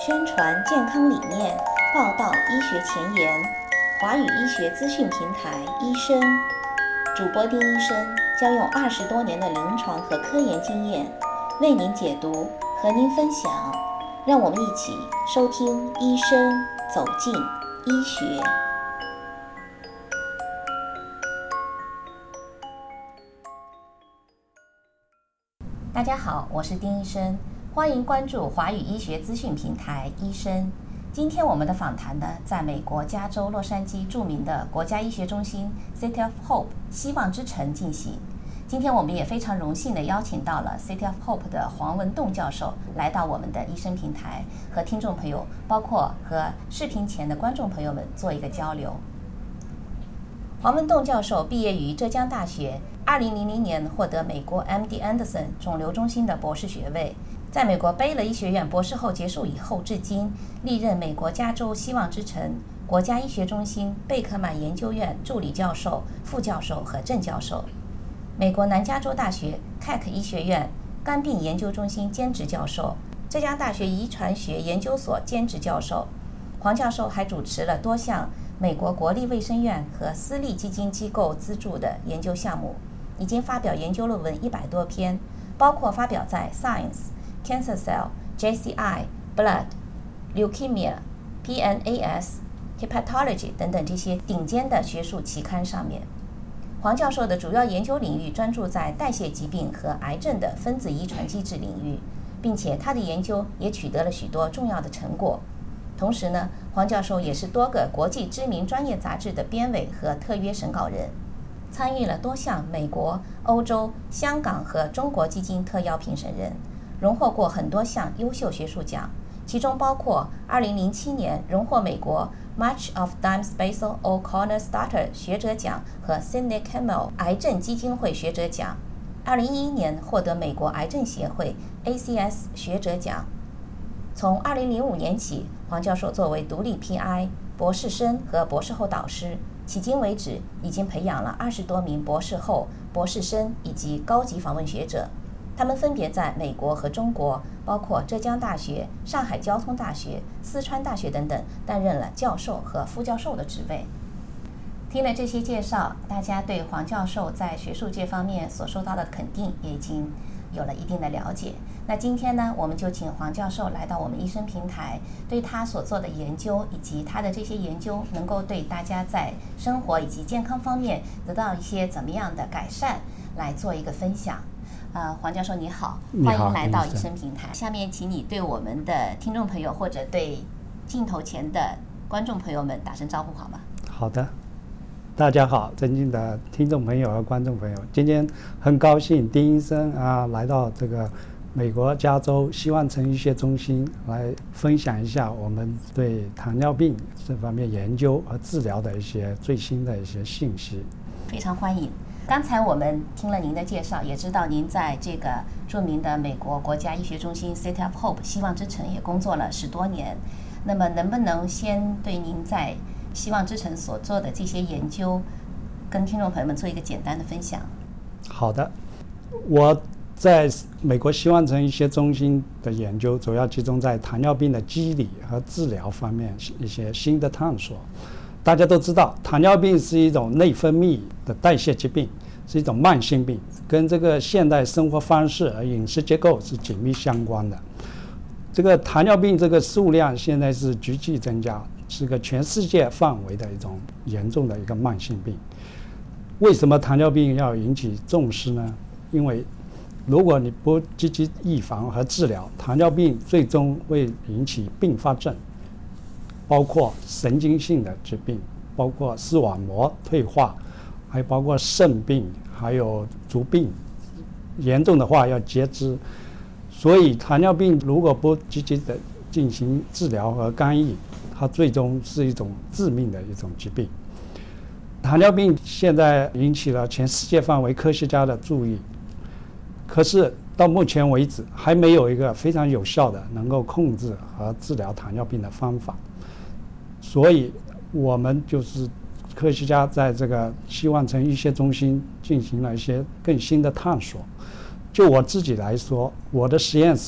宣传健康理念，报道医学前沿，华语医学资讯平台医生主播丁医生将用20多年的临床和科研经验为您解读，和您分享，让我们一起收听医生走进医学。大家好，我是丁医生，欢迎关注华语医学资讯平台医生。今天我们的访谈呢，在美国加州洛杉矶著名的国家医学中心 City of Hope 希望之城进行。今天我们也非常荣幸地邀请到了 City of Hope 的黄文栋教授来到我们的医生平台，和听众朋友，包括和视频前的观众朋友们做一个交流。黄文栋教授毕业于浙江大学，2000年获得美国 MD Anderson 肿瘤中心的博士学位，在美国贝勒医学院博士后结束以后，至今历任美国加州希望之城国家医学中心贝克曼研究院助理教授、副教授和正教授，美国南加州大学 Keck 医学院肝病研究中心兼职教授，浙江大学遗传学研究所兼职教授。黄教授还主持了多项美国国立卫生院和私立基金机构资助的研究项目，已经发表研究论文100多篇，包括发表在 Science、Cancer Cell、JCI、Blood、Leukemia、PNAS、Hepatology 等等这些顶尖的学术期刊上面。黄教授的主要研究领域专注在代谢疾病和癌症的分子遗传机制领域，并且他的研究也取得了许多重要的成果。同时呢，黄教授也是多个国际知名专业杂志的编委和特约审稿人，参与了多项美国、欧洲、香港和中国基金特邀评审人，荣获过很多项优秀学术奖，其中包括2007年荣获美国 March of Dimes Basil O'Connor Starter 学者奖和 Sidney Kimmel 癌症基金会学者奖，2011年获得美国癌症协会 ACS 学者奖。从2005年起，黄教授作为独立 PI、博士生和博士后导师，迄今为止已经培养了20多名博士后、博士生以及高级访问学者。他们分别在美国和中国，包括浙江大学、上海交通大学、四川大学等等，担任了教授和副教授的职位。听了这些介绍，大家对黄教授在学术界方面所受到的肯定也已经有了一定的了解。那今天呢，我们就请黄教授来到我们医生平台，对他所做的研究以及他的这些研究能够对大家在生活以及健康方面得到一些怎么样的改善来做一个分享。黄教授你好，欢迎来到医生平台。下面请你对我们的听众朋友或者对镜头前的观众朋友们打声招呼好吗？ 好的，大家好，尊敬的听众朋友和观众朋友，今天很高兴丁医生来到这个美国加州希望城医学中心来分享一下我们对糖尿病这方面研究和治疗的一些最新的一些信息。 非常欢迎。刚才我们听了您的介绍，也知道您在这个著名的美国国家医学中心 City of Hope 希望之城也工作了10多年。那么能不能先对您在希望之城所做的这些研究跟听众朋友们做一个简单的分享？ 好的，我在美国希望城医学中心的研究主要集中在糖尿病的机理和治疗方面一些新的探索。大家都知道，糖尿病是一种内分泌的代谢疾病，是一种慢性病，跟这个现代生活方式和饮食结构是紧密相关的。这个糖尿病这个数量现在是急剧增加，是个全世界范围的一种严重的一个慢性病。为什么糖尿病要引起重视呢？因为如果你不积极预防和治疗，糖尿病最终会引起并发症，包括神经性的疾病，包括视网膜退化，还包括肾病，还有足病，严重的话要截肢。所以糖尿病如果不积极的进行治疗和干预，它最终是一种致命的一种疾病。糖尿病现在引起了全世界范围科学家的注意，可是到目前为止还没有一个非常有效的能够控制和治疗糖尿病的方法。所以我们就是科学家在这个希望城医学中心进行了一些更新的探索。就我自己来说，我的实验室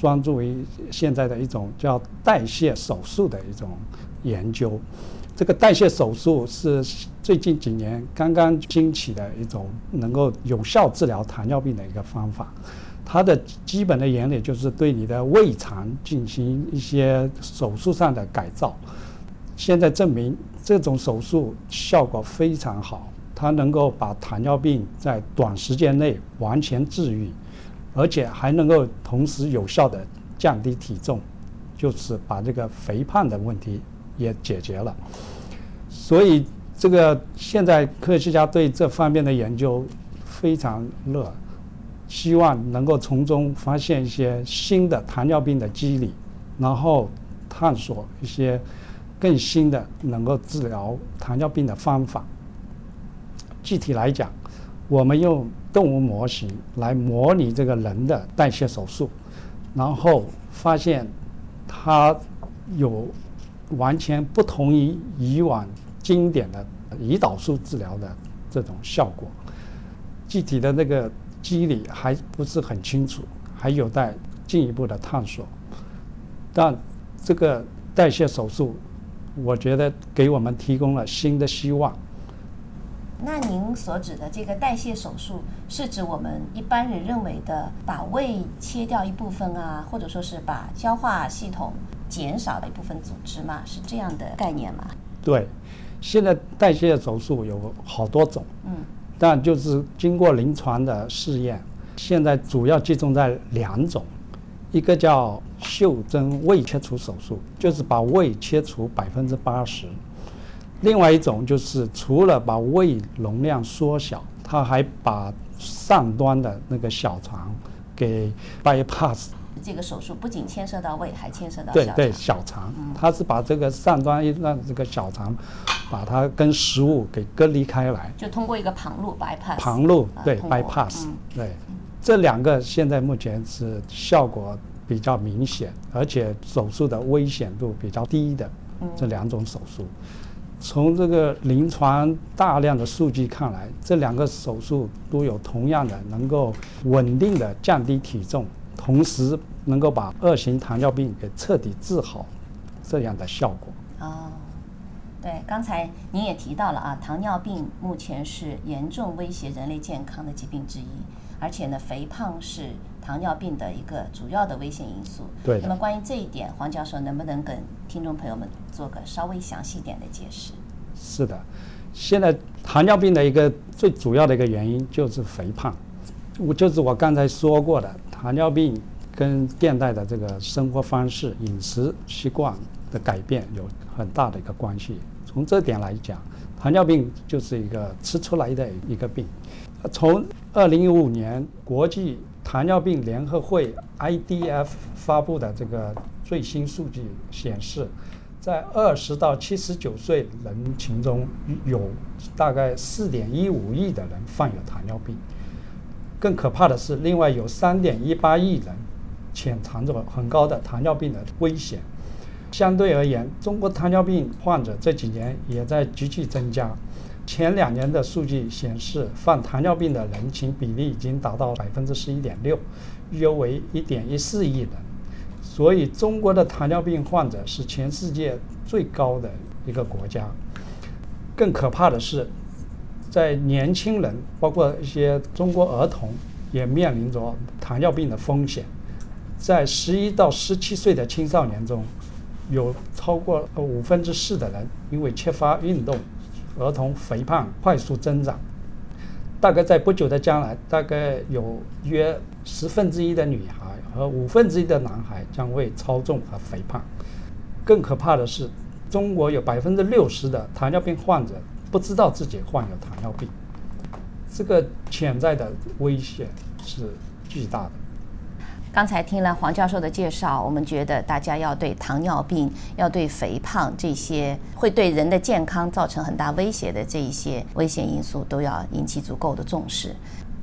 专注于现在的一种叫代谢手术的一种研究。这个代谢手术是最近几年刚刚兴起的一种能够有效治疗糖尿病的一个方法。它的基本的原理就是对你的胃肠进行一些手术上的改造。现在证明这种手术效果非常好，它能够把糖尿病在短时间内完全治愈，而且还能够同时有效的降低体重，就是把这个肥胖的问题也解决了。所以这个现在科学家对这方面的研究非常热，希望能够从中发现一些新的糖尿病的机理，然后探索一些更新的能够治疗糖尿病的方法。具体来讲，我们用动物模型来模拟这个人的代谢手术，然后发现它有完全不同于以往经典的胰岛素治疗的这种效果。具体的那个机理还不是很清楚，还有待进一步的探索。但这个代谢手术，我觉得给我们提供了新的希望。 那您所指的这个代谢手术，是指我们一般人认为的把胃切掉一部分啊，或者说是把消化系统减少的一部分组织吗？是这样的概念吗？ 对，现在代谢手术有好多种，但就是经过临床的试验，现在主要集中在2种，一个叫袖珍胃切除手术，就是把胃切除80%。另外一种就是除了把胃容量缩小，它还把上端的那个小肠给 bypass。 这个手术不仅牵涉到胃，还牵涉到小肠。对，小肠，它是把这个上端让这个小肠把它跟食物给隔离开来， 就通过一个旁路 bypass。 旁路对 bypass，对，这2个现在目前是效果比较明显，而且手术的危险度比较低的这2种手术。从这个临床大量的数据看来，这2个手术都有同样的能够稳定的降低体重，同时能够把2型糖尿病给彻底治好这样的效果。 对，刚才您也提到了啊，糖尿病目前是严重威胁人类健康的疾病之一，而且呢，肥胖是糖尿病的一个主要的危险因素。 对。 那么关于这一点，黄教授能不能跟听众朋友们做个稍微详细一点的解释？ 是的，现在糖尿病的一个最主要的一个原因就是肥胖，就是我刚才说过的，糖尿病跟现代的这个生活方式、饮食习惯的改变有很大的一个关系。从这点来讲，糖尿病就是一个吃出来的一个病。从2015年国际糖尿病联合会 IDF 发布的这个最新数据显示，在20到79岁人群中，有大概4.15亿的人患有糖尿病。更可怕的是，另外有3.18亿人潜藏着很高的糖尿病的危险。相对而言，中国糖尿病患者这几年也在急剧增加。前2年的数据显示，患糖尿病的人群比例已经达到11.6%，约为1.14亿人。所以，中国的糖尿病患者是全世界最高的一个国家。更可怕的是，在年轻人，包括一些中国儿童，也面临着糖尿病的风险。在11到17岁的青少年中，有超过4%的人因为缺乏运动，儿童肥胖快速增长。大概在不久的将来，大概有约1/10的女孩和1/5的男孩将会超重和肥胖。更可怕的是，中国有60%的糖尿病患者不知道自己患有糖尿病，这个潜在的危险是巨大的。 刚才听了黄教授的介绍，我们觉得大家要对糖尿病、要对肥胖这些会对人的健康造成很大威胁的这一些危险因素都要引起足够的重视。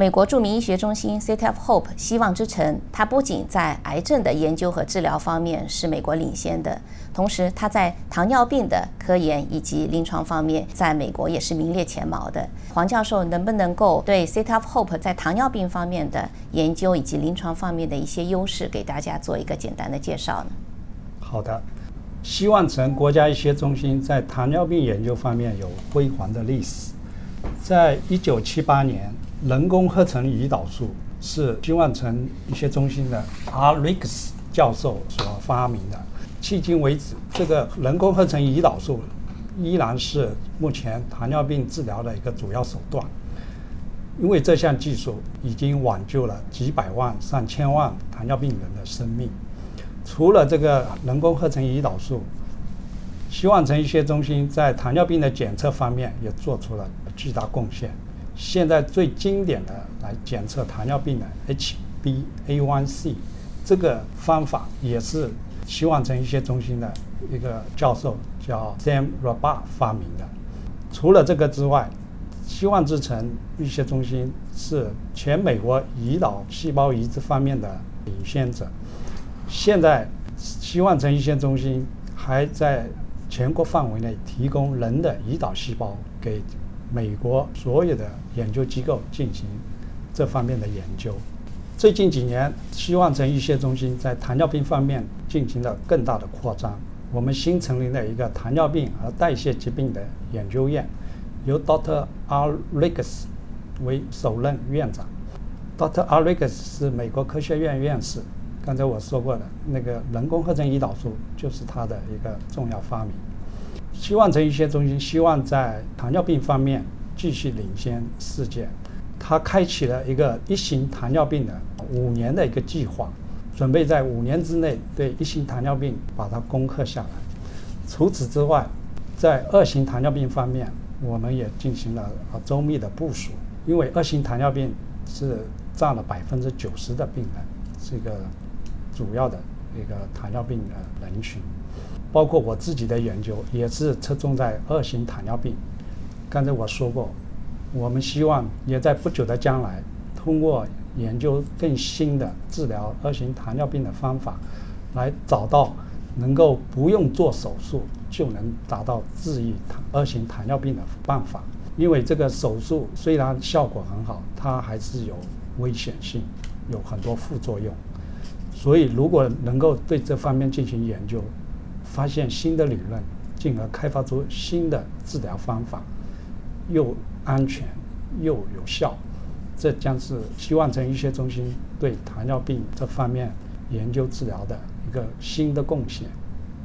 美国著名医学中心 City of Hope 希望之城，它不仅在癌症的研究和治疗方面是美国领先的，同时它在糖尿病的科研以及临床方面，在美国也是名列前茅的。黄教授能不能够对 City of Hope 在糖尿病方面的研究以及临床方面的一些优势，给大家做一个简单的介绍呢？ 好的，希望城国家医学中心在糖尿病研究方面有辉煌的历史。在1978年，人工合成胰岛素是希望城医学中心的 Rickes 教授所发明的。迄今为止，这个人工合成胰岛素依然是目前糖尿病治疗的一个主要手段，因为这项技术已经挽救了几百万上千万糖尿病人的生命。除了这个人工合成胰岛素，希望城医学中心在糖尿病的检测方面也做出了巨大贡献。现在最经典的来检测糖尿病的 HbA1c 这个方法也是希望城医学中心的一个教授叫 Sam Rabat 发明的。除了这个之外，希望之城医学中心是全美国胰岛细胞移植方面的领先者。现在希望城医学中心还在全国范围内提供人的胰岛细胞给美国所有的研究机构进行这方面的研究。最近几年，希望城医学中心在糖尿病方面进行了更大的扩张。我们新成立了一个糖尿病和代谢疾病的研究院，由 Dr. Rickes 为首任院长。Dr. Rickes 是美国科学院院士，刚才我说过的那个人工合成胰岛素就是他的一个重要发明。希望城医学中心希望在糖尿病方面继续领先世界，他开启了一个一型糖尿病的5年的一个计划，准备在5年之内对一型糖尿病把它攻克下来。除此之外，在2型糖尿病方面，我们也进行了周密的部署，因为2型糖尿病是占了90%的病人，是一个主要的一个糖尿病的人群。包括我自己的研究也是侧重在2型糖尿病。刚才我说过，我们希望也在不久的将来，通过研究更新的治疗2型糖尿病的方法，来找到能够不用做手术就能达到治愈2型糖尿病的办法。因为这个手术虽然效果很好，它还是有危险性，有很多副作用。所以如果能够对这方面进行研究，发现新的理论，进而开发出新的治疗方法，又安全又有效，这将是希望城医学中心对糖尿病这方面研究治疗的一个新的贡献。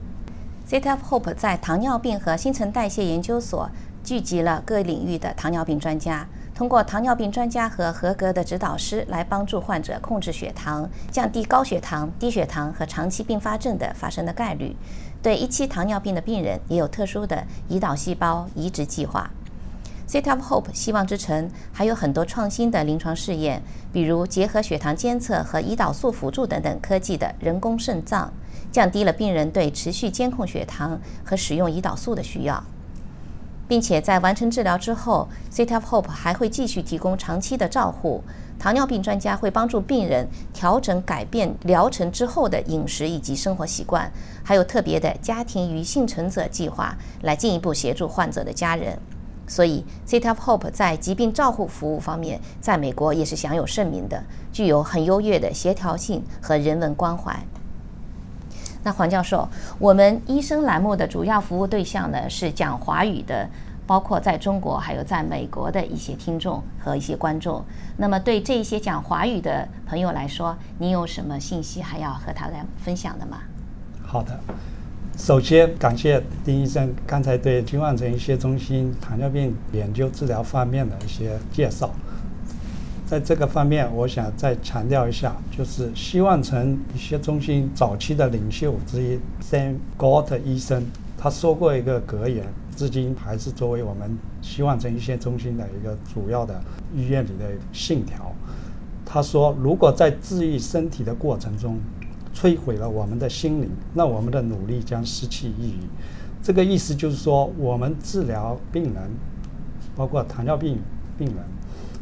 City of Hope 在糖尿病和新陈代谢研究所聚集了各领域的糖尿病专家，通过糖尿病专家和合格的指导师来帮助患者控制血糖，降低高血糖、低血糖和长期并发症的发生的概率。对1期糖尿病的病人也有特殊的胰岛细胞移植计划。City of Hope 希望之城还有很多创新的临床试验，比如结合血糖监测和胰岛素辅助等等科技的人工肾脏，降低了病人对持续监控血糖和使用胰岛素的需要。并且在完成治疗之后， City of Hope 还会继续提供长期的照护。糖尿病专家会帮助病人调整改变疗程之后的饮食以及生活习惯，还有特别的家庭与幸存者计划来进一步协助患者的家人。所以 City of Hope 在疾病照护服务方面在美国也是享有盛名的，具有很优越的协调性和人文关怀。那黄教授，我们医生栏目的主要服务对象呢是讲华语的，包括在中国还有在美国的一些听众和一些观众。那么对这些讲华语的朋友来说，你有什么信息还要和他来分享的吗？ 好的，首先感谢丁医生刚才对金万城医学中心糖尿病研究治疗方面的一些介绍。在这个方面，我想再强调一下，就是希望城医学中心早期的领袖之一 Sam Galt 医生，他说过一个格言，至今还是作为我们希望城医学中心的一个主要的医院里的信条。他说，如果在治愈身体的过程中摧毁了我们的心灵，那我们的努力将失去意义。这个意思就是说，我们治疗病人，包括糖尿病病人，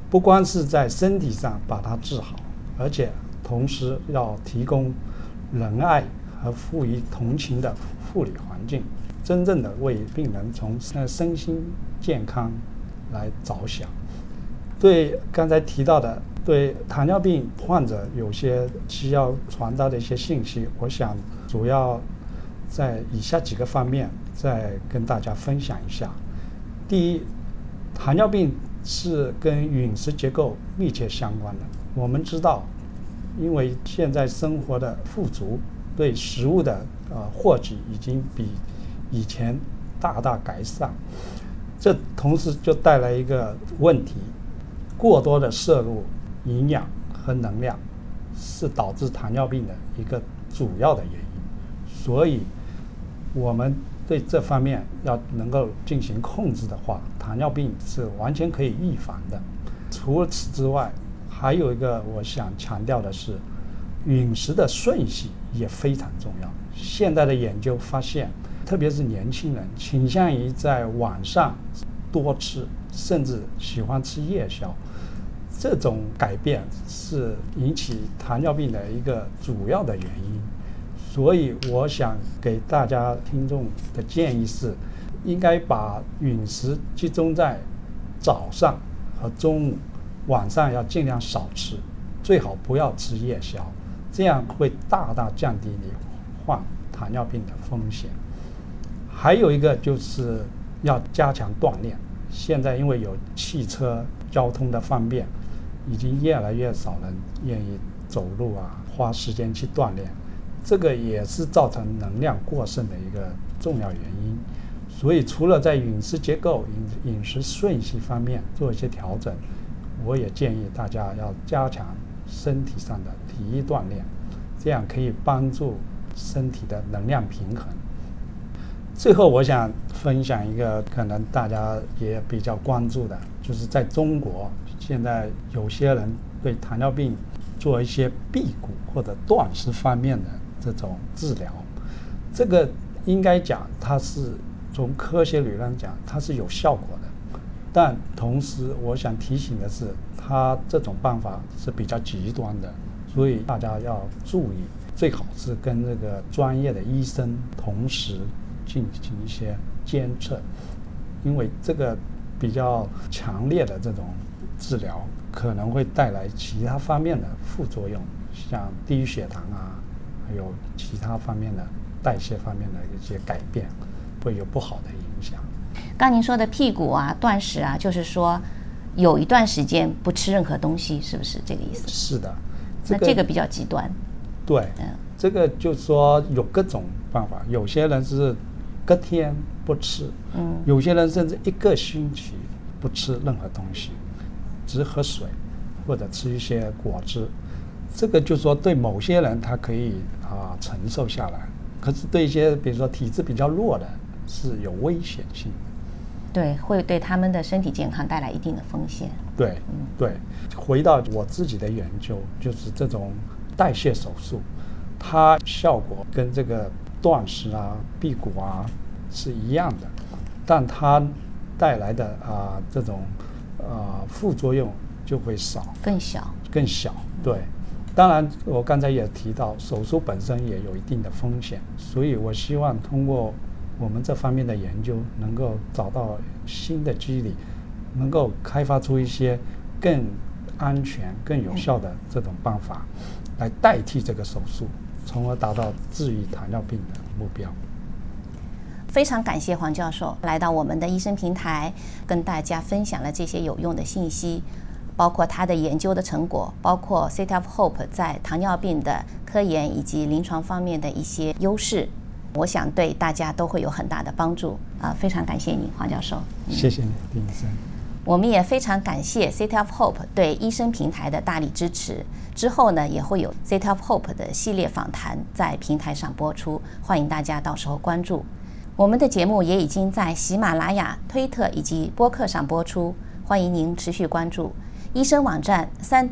不光是在身体上把它治好，而且同时要提供仁爱和富于同情的护理环境，真正的为病人从身心健康来着想。对刚才提到的对糖尿病患者有些需要传达的一些信息，我想主要在以下几个方面再跟大家分享一下。第一，糖尿病是跟饮食结构密切相关的。我们知道，因为现在生活的富足，对食物的获取已经比以前大大改善，这同时就带来一个问题，过多的摄入营养和能量是导致糖尿病的一个主要的原因。所以我们对这方面要能够进行控制的话，糖尿病是完全可以预防的。除此之外，还有一个我想强调的是，饮食的顺序也非常重要。现在的研究发现，特别是年轻人倾向于在晚上多吃，甚至喜欢吃夜宵，这种改变是引起糖尿病的一个主要的原因。所以我想给大家听众的建议是，应该把饮食集中在早上和中午，晚上要尽量少吃，最好不要吃夜宵，这样会大大降低你患糖尿病的风险。还有一个就是要加强锻炼。现在因为有汽车交通的方便，已经越来越少人愿意走路花时间去锻炼，这个也是造成能量过剩的一个重要原因。所以除了在饮食结构、饮食顺序方面做一些调整，我也建议大家要加强身体上的体育锻炼，这样可以帮助身体的能量平衡。最后我想分享一个可能大家也比较关注的，就是在中国现在有些人对糖尿病做一些辟谷或者断食方面的这种治疗，这个应该讲它是从科学理论讲它是有效果的，但同时我想提醒的是，它这种办法是比较极端的，所以大家要注意，最好是跟这个专业的医生同时进行一些监测，因为这个比较强烈的这种治疗可能会带来其他方面的副作用，像低血糖还有其他方面的代谢方面的一些改变，会有不好的影响。 刚您说的辟谷断食就是说有一段时间不吃任何东西，是不是这个意思？ 是的， 那这个比较极端。 对，这个就是说有各种办法，有些人是隔天不吃，有些人甚至1个星期不吃任何东西，只喝水或者吃一些果汁。这个就是说对某些人他可以承受下来，可是对一些比如说体质比较弱的是有危险性的。 对，会对他们的身体健康带来一定的风险。 对，回到我自己的研究，就是这种代谢手术，它效果跟这个断食辟谷是一样的，但它带来的这种副作用就会更小。对，当然我刚才也提到，手术本身也有一定的风险，所以我希望通过我们这方面的研究，能够找到新的机理，能够开发出一些更安全、更有效的这种办法，来代替这个手术，从而达到治愈糖尿病的目标。 非常感谢黄教授来到我们的医生平台，跟大家分享了这些有用的信息，包括他的研究的成果，包括 City of Hope 在糖尿病的科研以及临床方面的一些优势，我想对大家都会有很大的帮助。非常感谢你，黄教授。 谢谢你，丁医生。 我们也非常感谢 City of Hope 对医生平台的大力支持。之后呢，也会有 City of Hope 的系列访谈在平台上播出，欢迎大家到时候关注。我们的节目也已经在喜马拉雅、推特以及播客上播出，欢迎您持续关注。医生网站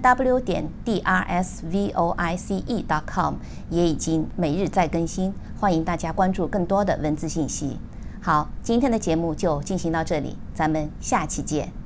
3w.drsvoice.com 也已经每日在更新，欢迎大家关注更多的文字信息。好，今天的节目就进行到这里，咱们下期见。